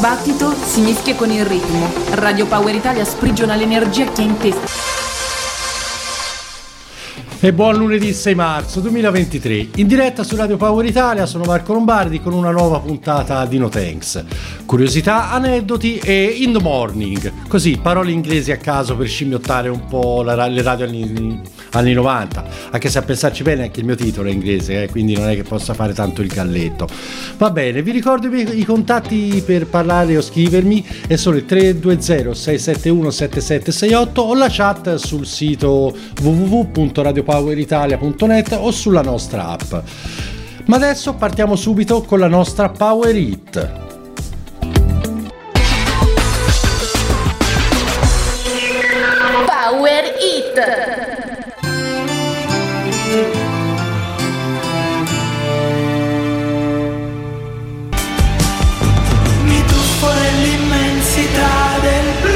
dibattito si mischia con il ritmo. Radio Power Italia sprigiona l'energia che ha in testa. E buon lunedì 6 marzo 2023, in diretta su Radio Power Italia. Sono Marco Lombardi con una nuova puntata di No Thanks. Curiosità, aneddoti e in the morning, così parole inglesi a caso per scimmiottare un po' le radio anni 90, anche se a pensarci bene anche il mio titolo è inglese, quindi non è che possa fare tanto il galletto. Va bene, vi ricordo i contatti per parlare o scrivermi e sono il 320-671-7768 o la chat sul sito www.radiopoweritalia.net o sulla nostra app. Ma adesso partiamo subito con la nostra Power Hit. Power Hit. Mi tuffo nell'immensità del blu.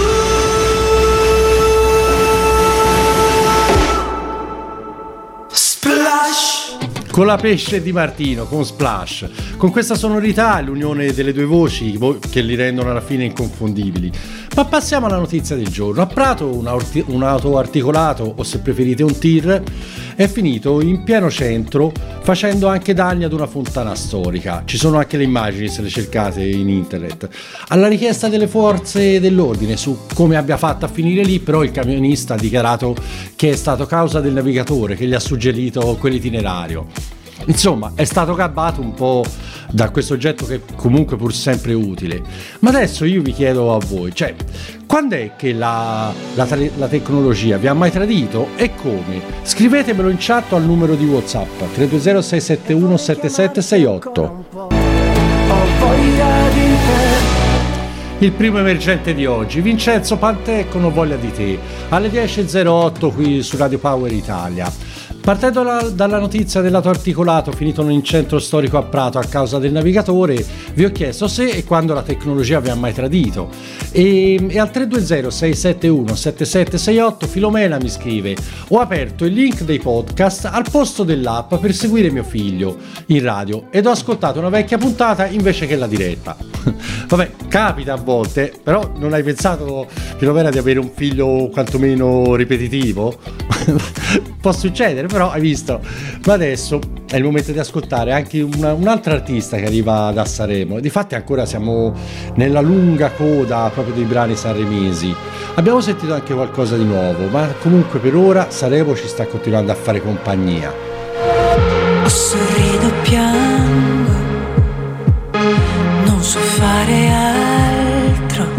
Splash. Con la pesce di Martino, con Splash, con questa sonorità, l'unione delle due voci che li rendono alla fine inconfondibili. Ma passiamo alla notizia del giorno. A Prato un autoarticolato, o se preferite un tir, è finito in pieno centro facendo anche danni ad una fontana storica. Ci sono anche le immagini se le cercate in internet. Alla richiesta delle forze dell'ordine su come abbia fatto a finire lì, però il camionista ha dichiarato che è stato causa del navigatore che gli ha suggerito quell'itinerario. Insomma, è stato gabbato un po' da questo oggetto che comunque pur sempre utile. Ma adesso io vi chiedo a voi, cioè, quando è che la tecnologia vi ha mai tradito e come? Scrivetemelo in chat al numero di WhatsApp 320-671-7768. Ho voglia di te. Il primo emergente di oggi, Vincenzo Pantecco, non voglia di te, alle 10.08 qui su Radio Power Italia. Partendo dalla notizia dell'autoarticolato finito in centro storico a Prato a causa del navigatore, vi ho chiesto se e quando la tecnologia vi ha mai tradito. E al 320-671-7768 Filomena mi scrive: ho aperto il link dei podcast al posto dell'app per seguire mio figlio in radio ed ho ascoltato una vecchia puntata invece che la diretta. Vabbè, capita a volte, però non hai pensato, Filomena, di avere un figlio quantomeno ripetitivo? Può succedere, però hai visto. Ma adesso è il momento di ascoltare anche un'altra artista che arriva da Sanremo. Difatti ancora siamo nella lunga coda proprio dei brani sanremesi. Abbiamo sentito anche qualcosa di nuovo, ma comunque per ora Sanremo ci sta continuando a fare compagnia. Sorrido, piango, non so fare altro.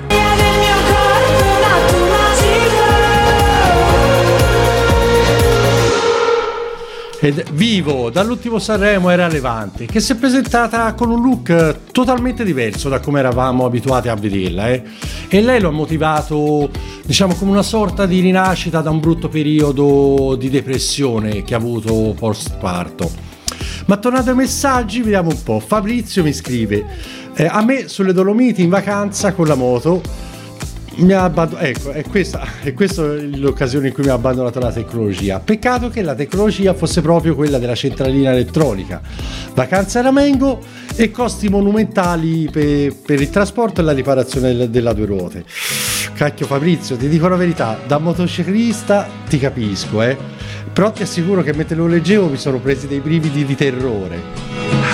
Ed vivo, dall'ultimo Sanremo era Levante, che si è presentata con un look totalmente diverso da come eravamo abituati a vederla, E lei lo ha motivato, diciamo, come una sorta di rinascita da un brutto periodo di depressione che ha avuto post parto. Ma tornando ai messaggi, vediamo un po'. Fabrizio mi scrive: a me sulle Dolomiti in vacanza con la moto mi ha ecco, è questa l'occasione in cui mi ha abbandonato la tecnologia. Peccato che la tecnologia fosse proprio quella della centralina elettronica. Vacanza a Ramengo e costi monumentali per il trasporto e la riparazione della due ruote. Cacchio Fabrizio, ti dico la verità, da motociclista ti capisco, però ti assicuro che mentre lo leggevo mi sono presi dei brividi di terrore.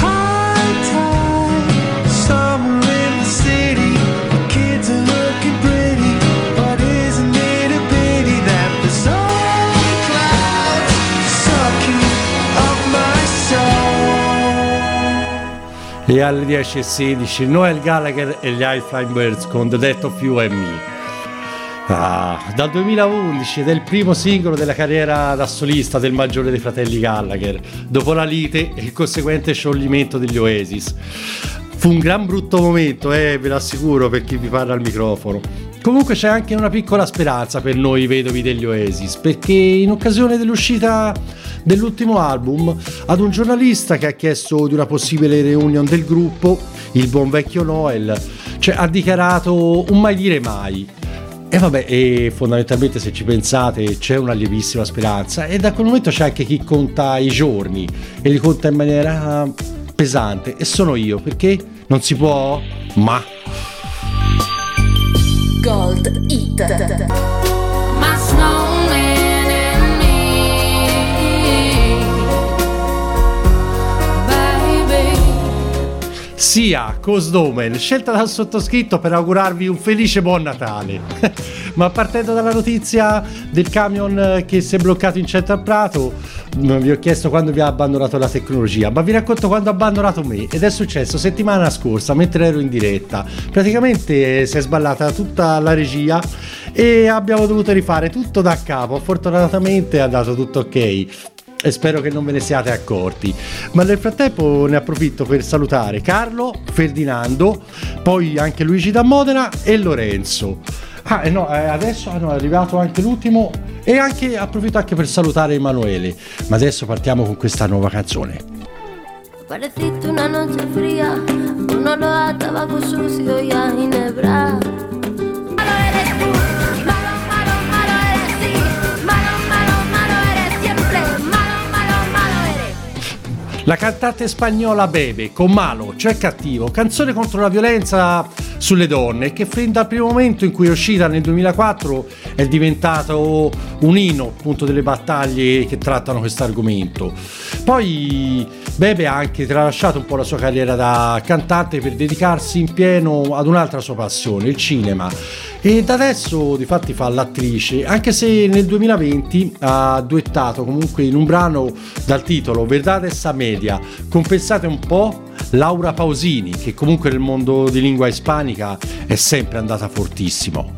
E alle 10.16 Noel Gallagher e gli High Flying Birds con The Death of You and Me. Dal 2011 ed è il primo singolo della carriera da solista del maggiore dei fratelli Gallagher, dopo la lite e il conseguente scioglimento degli Oasis. Fu un gran brutto momento, ve lo assicuro, per chi vi parla al microfono. Comunque c'è anche una piccola speranza per noi vedovi degli Oasis, perché in occasione dell'uscita dell'ultimo album, ad un giornalista che ha chiesto di una possibile reunion del gruppo, il buon vecchio Noel, ha dichiarato un mai dire mai. E fondamentalmente, se ci pensate, c'è una lievissima speranza, e da quel momento c'è anche chi conta i giorni e li conta in maniera pesante e sono io, perché non si può, ma Gold Hit. My snowman and me, baby. sia Cosdomen, scelta dal sottoscritto per augurarvi un felice buon Natale. Ma partendo dalla notizia del camion che si è bloccato in centro al Prato, vi ho chiesto quando vi ha abbandonato la tecnologia, ma vi racconto quando ha abbandonato me, ed è successo settimana scorsa mentre ero in diretta. Praticamente si è sballata tutta la regia e abbiamo dovuto rifare tutto da capo. Fortunatamente è andato tutto ok e spero che non ve ne siate accorti, ma nel frattempo ne approfitto per salutare Carlo, Ferdinando, poi anche Luigi da Modena e Lorenzo. Adesso è arrivato anche l'ultimo, e anche approfitto anche per salutare Emanuele. Ma adesso partiamo con questa nuova canzone. Pareciste una noche fría, un olor a tabaco sucio y a ginebra. Malo eres tú, malo, malo, malo eres sí. Malo, malo, malo eres siempre. Malo, malo, malo eres. La cantante spagnola Bebe con Malo, cioè cattivo, canzone contro la violenza sulle donne, che fin dal primo momento in cui è uscita nel 2004 è diventato un inno appunto delle battaglie che trattano questo argomento. Poi Bebe ha anche tralasciato un po' la sua carriera da cantante per dedicarsi in pieno ad un'altra sua passione, il cinema, e da adesso difatti fa l'attrice, anche se nel 2020 ha duettato comunque in un brano dal titolo Verdades a Media con, pensate un po', Laura Pausini, che comunque nel mondo di lingua ispanica è sempre andata fortissimo.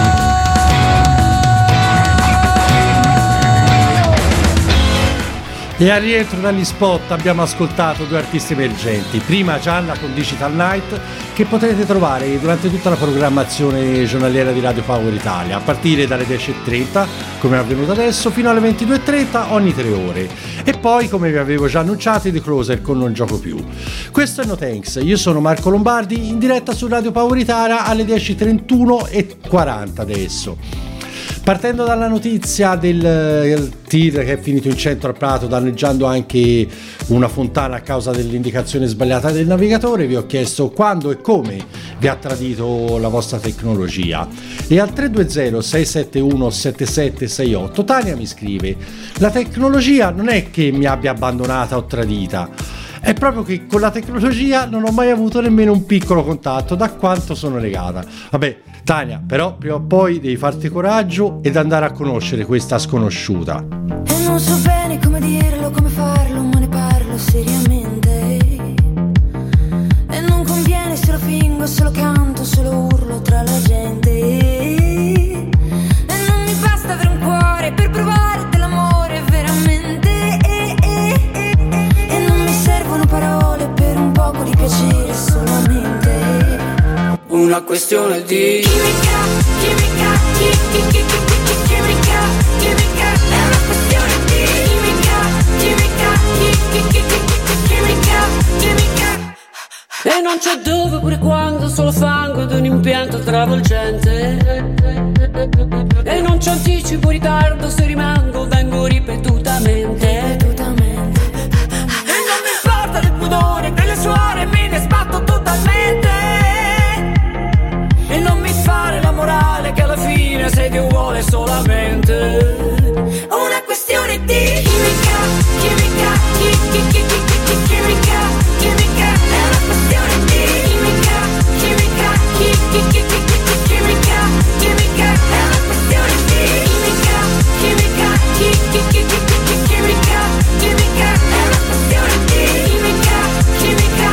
E al rientro dagli spot abbiamo ascoltato due artisti emergenti. Prima Gianna con Digital Night, che potrete trovare durante tutta la programmazione giornaliera di Radio Power Italia, a partire dalle 10.30, come è avvenuto adesso, fino alle 22.30 ogni 3 ore. E poi, come vi avevo già annunciato, i The Closer con Non Gioco Più. Questo è No Thanks, io sono Marco Lombardi, in diretta su Radio Power Italia alle 10.31 e 40 adesso. Partendo dalla notizia del tir che è finito in centro al Prato, danneggiando anche una fontana a causa dell'indicazione sbagliata del navigatore, vi ho chiesto quando e come vi ha tradito la vostra tecnologia. E al 320-671-7768 Tania mi scrive: la tecnologia non è che mi abbia abbandonata o tradita, è proprio che con la tecnologia non ho mai avuto nemmeno un piccolo contatto, da quanto sono legata. Vabbè Tania, però prima o poi devi farti coraggio ed andare a conoscere questa sconosciuta. E non so bene come dirlo, come farlo, ma ne parlo seriamente. E non conviene se lo fingo, se lo canto, se lo urlo tra la gente. E non mi basta avere un cuore per provare dell'amore veramente. E non mi servono parole per un poco di piacere solamente. Una questione di chimica, chimica, chimica, chimica, è una questione di chimica, chimica, chimica, chimica. e non c'è dove pure quando, solo fango ed un impianto travolgente. E non c'è anticipo, ritardo, se rimango vengo ripetutamente. E non mi importa del pudore, delle suore, me ne sbatto totalmente. E non mi fare la morale che alla fine sei Dio vuole solamente. Una questione di chimica, chimica, chimica, chimica, è una questione di chimica, chimica, chimica, chimica, è una questione di chimica, chimica, chimica, chimica, è una questione di chimica, chimica,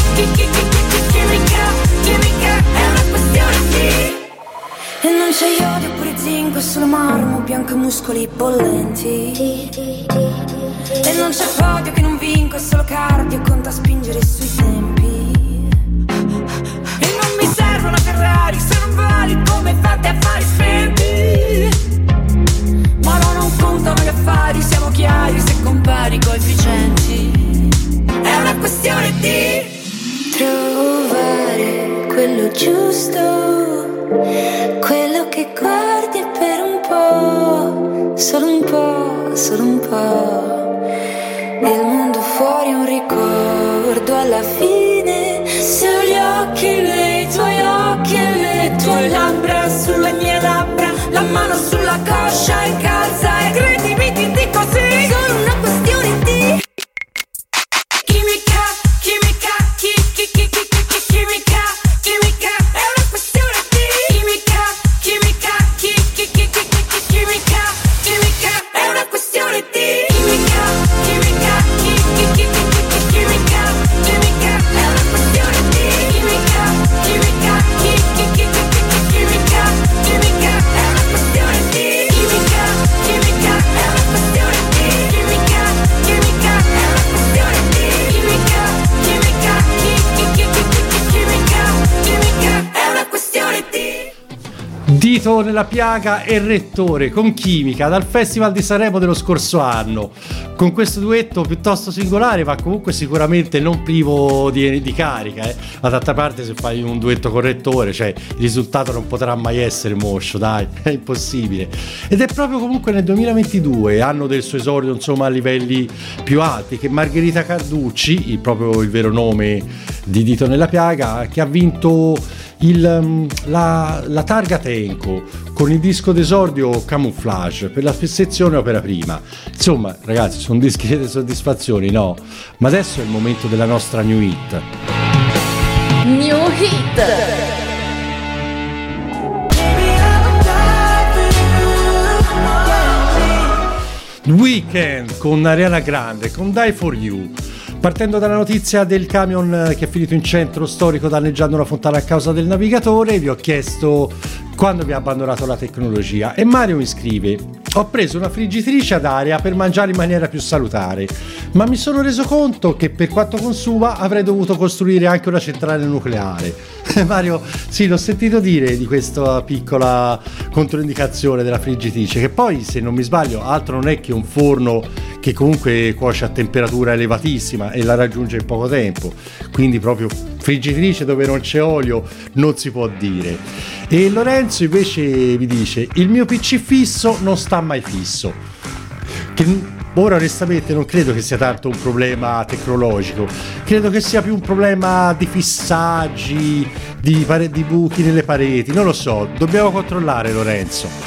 chimica, è una questione di. E non c'è iodio pure zinco, è solo marmo, bianco e muscoli bollenti. E non c'è podio che non vinco, è solo cardio, conta spingere sui tempi. E non mi serve una Ferrari, se non vali come fate affari spenti. Ma no, non contano gli affari, siamo chiari se compari i coefficienti. È una questione di trovare quello giusto, quello che guardi per un po', solo un po', solo un po'. il mondo fuori è un ricordo alla fine. Se ho gli occhi, i tuoi occhi e le tue labbra sulle mie labbra, la mano sulla coscia e calza, e credimi ti dico sì, solo una questione di chimica, chimica, chimica, chimica, è una questione di chimica, chimica, chimica, chimica, è una questione di chimica, chimica, chimica, chimica, è una questione di chimica, chimica, chimica, chimica, è una questione di chimica, chimica, è una questione di chimica, chimica, è una questione di chimica, chimica, chimica, è una questione di Dito nella piaga e Rettore con Chimica dal Festival di Sanremo dello scorso anno, con questo duetto piuttosto singolare ma comunque sicuramente non privo di carica, Ma d'altra parte se fai un duetto con Rettore, cioè il risultato non potrà mai essere moscio, dai, è impossibile. Ed è proprio comunque nel 2022, anno del suo esordio insomma a livelli più alti, che Margherita Carducci, proprio il vero nome di Dito nella piaga, che ha vinto la targa Tenco con il disco d'esordio Camouflage per la sezione opera prima. Insomma ragazzi, sono discrete soddisfazioni, no? Ma adesso è il momento della nostra new hit. New hit. Weekend con Ariana Grande con Die For You. Partendo dalla notizia del camion che è finito in centro storico danneggiando una fontana a causa del navigatore, vi ho chiesto quando vi ha abbandonato la tecnologia e Mario mi scrive: ho preso una friggitrice ad aria per mangiare in maniera più salutare, ma mi sono reso conto che per quanto consuma avrei dovuto costruire anche una centrale nucleare. Mario, sì, l'ho sentito dire di questa piccola controindicazione della friggitrice, che poi se non mi sbaglio altro non è che un forno che comunque cuoce a temperatura elevatissima e la raggiunge in poco tempo, quindi proprio friggitrice dove non c'è olio non si può dire. E Lorenzo invece mi dice: il mio PC fisso non sta mai fisso, che ora onestamente non credo che sia tanto un problema tecnologico, credo che sia più un problema di fissaggi, di buchi nelle pareti, non lo so, dobbiamo controllare Lorenzo.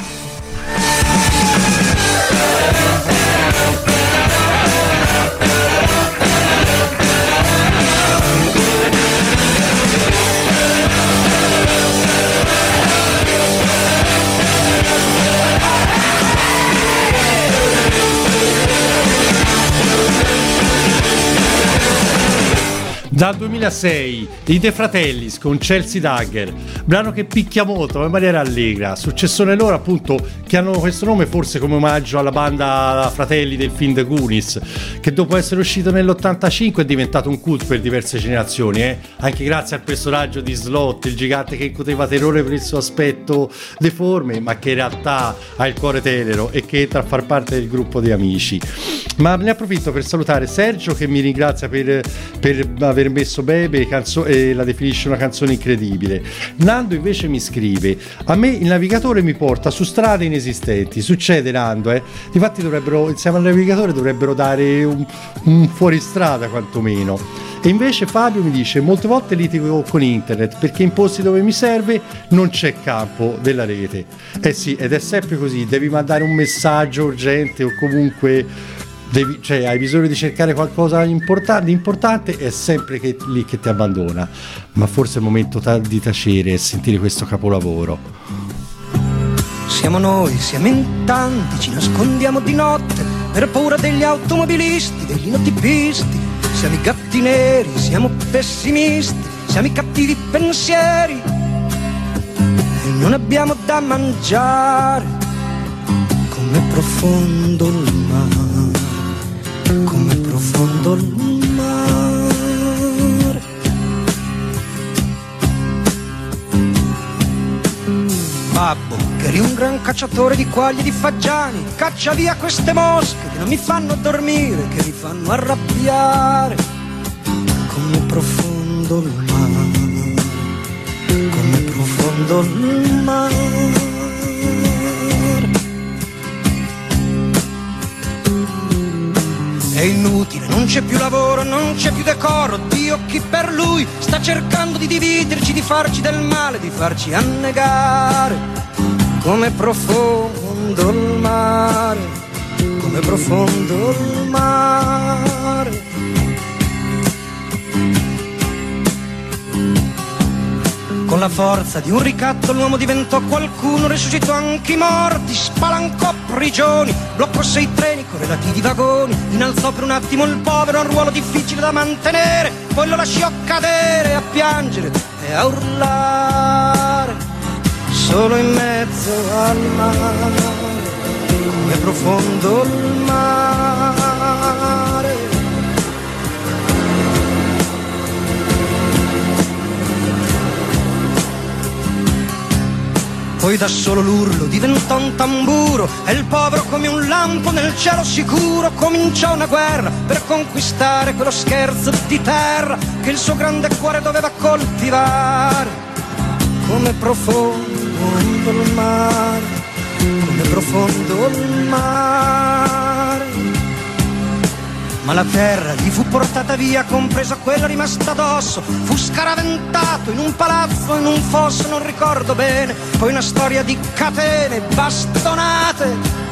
Dal 2006 i De Fratellis con Chelsea Dagger, brano che picchia molto ma in maniera allegra, successone loro appunto, che hanno questo nome forse come omaggio alla banda fratelli del film The Goonies, che dopo essere uscito nell'85 è diventato un cult per diverse generazioni, anche grazie al personaggio di Slot, il gigante che incuteva terrore per il suo aspetto deforme ma che in realtà ha il cuore tenero e che entra a far parte del gruppo di amici. Ma ne approfitto per salutare Sergio, che mi ringrazia per aver messo Bebe e la definisce una canzone incredibile. Nando invece mi scrive: a me il navigatore mi porta su strade inesistenti. Succede, Nando, Difatti dovrebbero, insieme al navigatore dovrebbero dare un fuoristrada quantomeno. E invece Fabio mi dice: molte volte litigo con internet perché in posti dove mi serve non c'è campo della rete. Sì, ed è sempre così, devi mandare un messaggio urgente o comunque hai bisogno di cercare qualcosa di importante, è sempre lì che ti abbandona. Ma forse è il momento di tacere e sentire questo capolavoro. Siamo noi, siamo in tanti, ci nascondiamo di notte per paura degli automobilisti, degli notipisti. Siamo i gatti neri, siamo pessimisti, siamo i cattivi pensieri e non abbiamo da mangiare. Com'è profondo il mare, com'è profondo il mare. Babbo, che eri un gran cacciatore di quaglie e di fagiani, caccia via queste mosche che non mi fanno dormire, che mi fanno arrabbiare. Com'è profondo il mare, com'è profondo il mare. È inutile, non c'è più lavoro, non c'è più decoro. Dio, chi per lui sta cercando di dividerci, di farci del male, di farci annegare. Come profondo il mare, come profondo il mare. Con la forza di un ricatto l'uomo diventò qualcuno, risuscitò anche i morti, spalancò prigioni, bloccò 6 treni con relativi vagoni, innalzò per un attimo il povero a un ruolo difficile da mantenere, poi lo lasciò cadere a piangere e a urlare, solo in mezzo al mare, come profondo il mare. Poi da solo l'urlo diventò un tamburo e il povero come un lampo nel cielo sicuro cominciò una guerra per conquistare quello scherzo di terra che il suo grande cuore doveva coltivare. Come profondo il mare, come profondo il mare. Ma la terra gli fu portata via, compresa quella rimasta addosso. Fu scaraventato in un palazzo, in un fosso, non ricordo bene. Poi una storia di catene, bastonate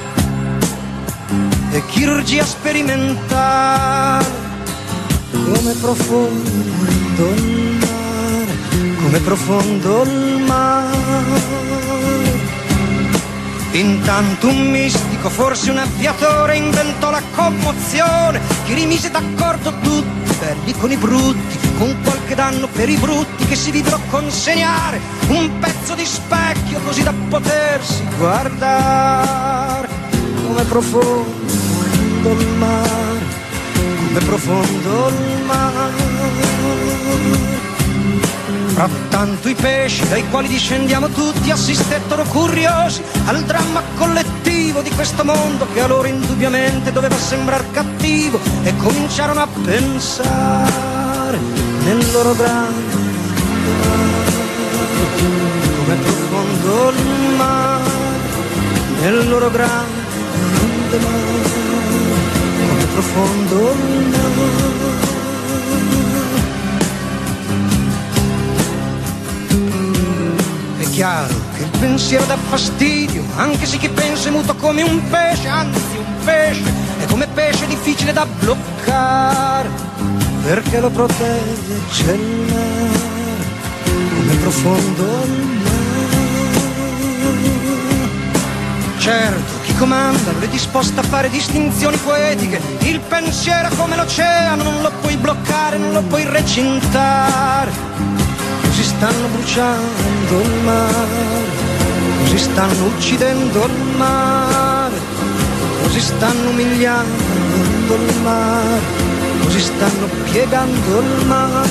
e chirurgia sperimentale. Come profondo il mare, come profondo il mare. Intanto un mistico, forse un aviatore, inventò la commozione che rimise d'accordo tutti, belli con i brutti, con qualche danno per i brutti che si videro consegnare un pezzo di specchio così da potersi guardare. Come profondo il mare, come profondo il mare. Frattanto i pesci dai quali discendiamo tutti assistettero curiosi al dramma collettivo di questo mondo che a loro indubbiamente doveva sembrar cattivo e cominciarono a pensare nel loro grande mare, come profondo il mare, nel loro grande mare, come profondo il mare. È chiaro che il pensiero dà fastidio, anche se chi pensa è muto come un pesce, anzi un pesce è come pesce difficile da bloccare, perché lo protegge il mare, come profondo il mare. Certo, chi comanda non è disposto a fare distinzioni poetiche, il pensiero è come l'oceano, non lo puoi bloccare, non lo puoi recintare. Così stanno bruciando il mare, così stanno uccidendo il mare, così stanno umiliando il mare, così stanno piegando il mare.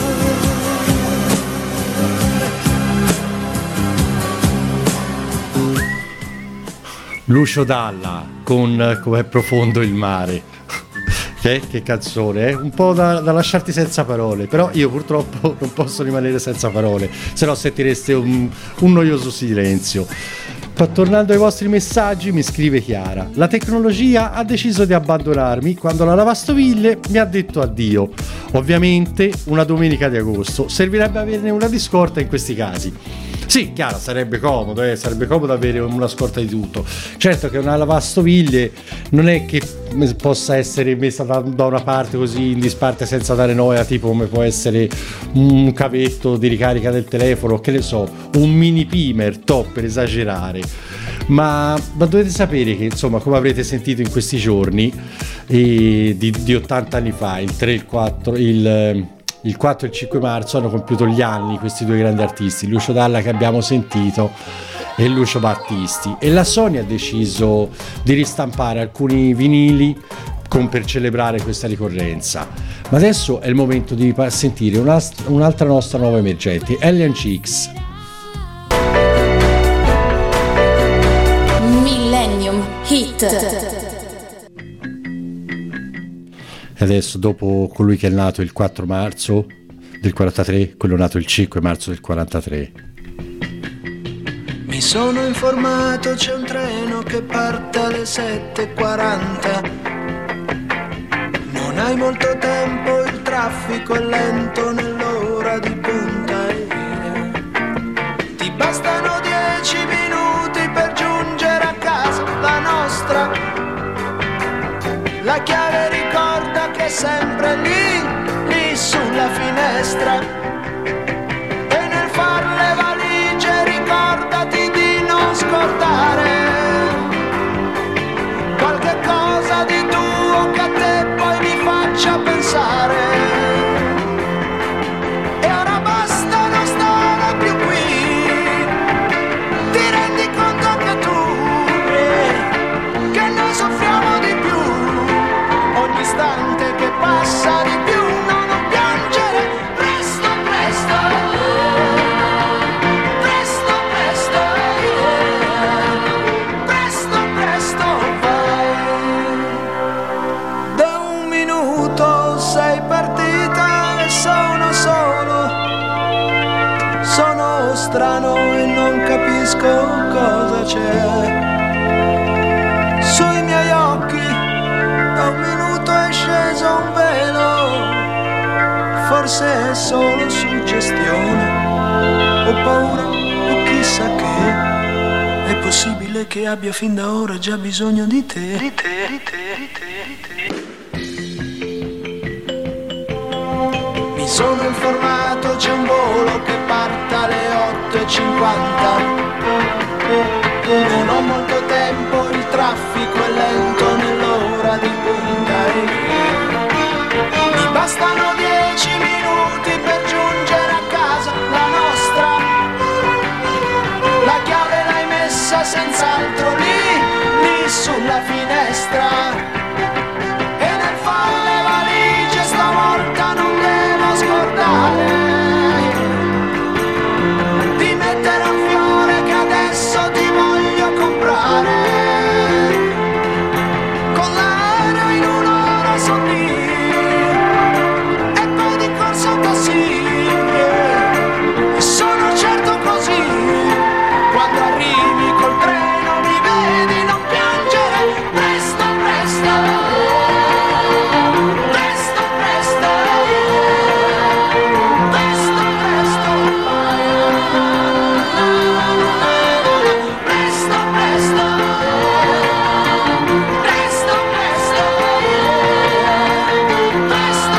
Lucio Dalla con Com'è profondo il mare. Che canzone, un po' da lasciarti senza parole, però io purtroppo non posso rimanere senza parole, se no sentireste un noioso silenzio. Tornando ai vostri messaggi, mi scrive Chiara: la tecnologia ha deciso di abbandonarmi quando la lavastoviglie mi ha detto addio. Ovviamente una domenica di agosto, servirebbe averne una di scorta in questi casi. Sì, chiaro, sarebbe comodo avere una scorta di tutto. Certo che una lavastoviglie non è che possa essere messa da una parte così in disparte senza dare noia, tipo come può essere un cavetto di ricarica del telefono, che ne so, un mini pimer, top, per esagerare. Ma dovete sapere che, insomma, come avrete sentito in questi giorni, di 80 anni fa, il 3, il 4, il 4 e il 5 marzo hanno compiuto gli anni questi due grandi artisti, Lucio Dalla che abbiamo sentito e Lucio Battisti, e la Sony ha deciso di ristampare alcuni vinili per celebrare questa ricorrenza. Ma adesso è il momento di sentire un'altra nostra nuova emergente, Alien Chicks. Millennium Hit. E adesso, dopo colui che è nato il 4 marzo del 43, quello nato il 5 marzo del 43. Mi sono informato, c'è un treno che parte alle 7:40. hai molto tempo, il traffico è lento nell'ora di punta e via. Ti bastano 10 minuti per giungere a casa, la nostra. La chiave ricorda che è sempre lì, lì sulla finestra. E nel far le valigie ricordati di non scordare qualche cosa di tuo che a te poi mi faccia pensare. E ora basta, non stare più qui, ti rendi conto anche tu che noi soffriamo di più, ogni istante che passa di più. No, non piangere, presto, presto, presto, presto, presto, presto, vai. Da un minuto sei partita e sono solo, sono strano e non capisco cosa c'è sui miei occhi. Da un minuto è sceso un velo, forse è solo suggestione, ho paura o chissà che. È possibile che abbia fin da ora già bisogno di te, di te, di te, di te, di te. Mi sono informato, c'è un volo che parte alle 8:50. Non ho molto tempo, il traffico è lento nell'ora di punta e via. Mi bastano 10 minuti per giungere a casa, la nostra. La chiave l'hai messa senz'altro lì, lì sulla finestra. E nel fare le valigie stavolta non devo scordare di mettere un fiore che adesso ti voglio comprare. Con l'aereo in un'ora sono lì e poi di corsa così. E sono certo così, quando arrivi col treno mi vedi, non piangere, presto, presto, presto, presto, presto, presto, presto, presto, presto, presto, presto,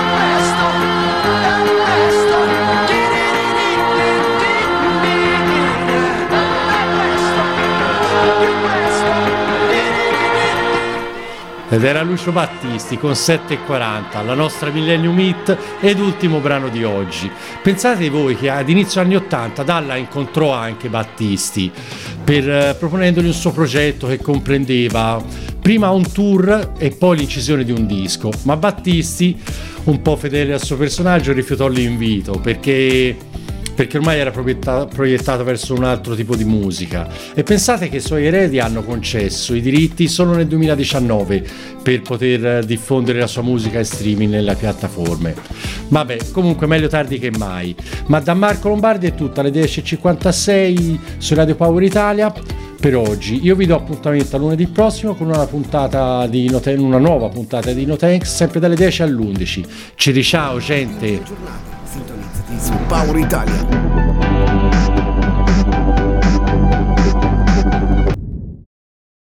Ed era Lucio Battisti con 7:40, la nostra Millennium Hit ed ultimo brano di oggi. Pensate voi che ad inizio anni 80 Dalla incontrò anche Battisti proponendogli un suo progetto che comprendeva prima un tour e poi l'incisione di un disco, ma Battisti, un po' fedele al suo personaggio, rifiutò l'invito perché ormai era proiettato verso un altro tipo di musica. E pensate che i suoi eredi hanno concesso i diritti solo nel 2019 per poter diffondere la sua musica in streaming nelle piattaforme. Vabbè, comunque meglio tardi che mai. Ma da Marco Lombardi è tutto, alle 10:56 su Radio Power Italia per oggi. Io vi do appuntamento a lunedì prossimo con una nuova puntata di No Thanks, sempre dalle 10 all'11. Ciao gente! Sintonizzati su Power Italia.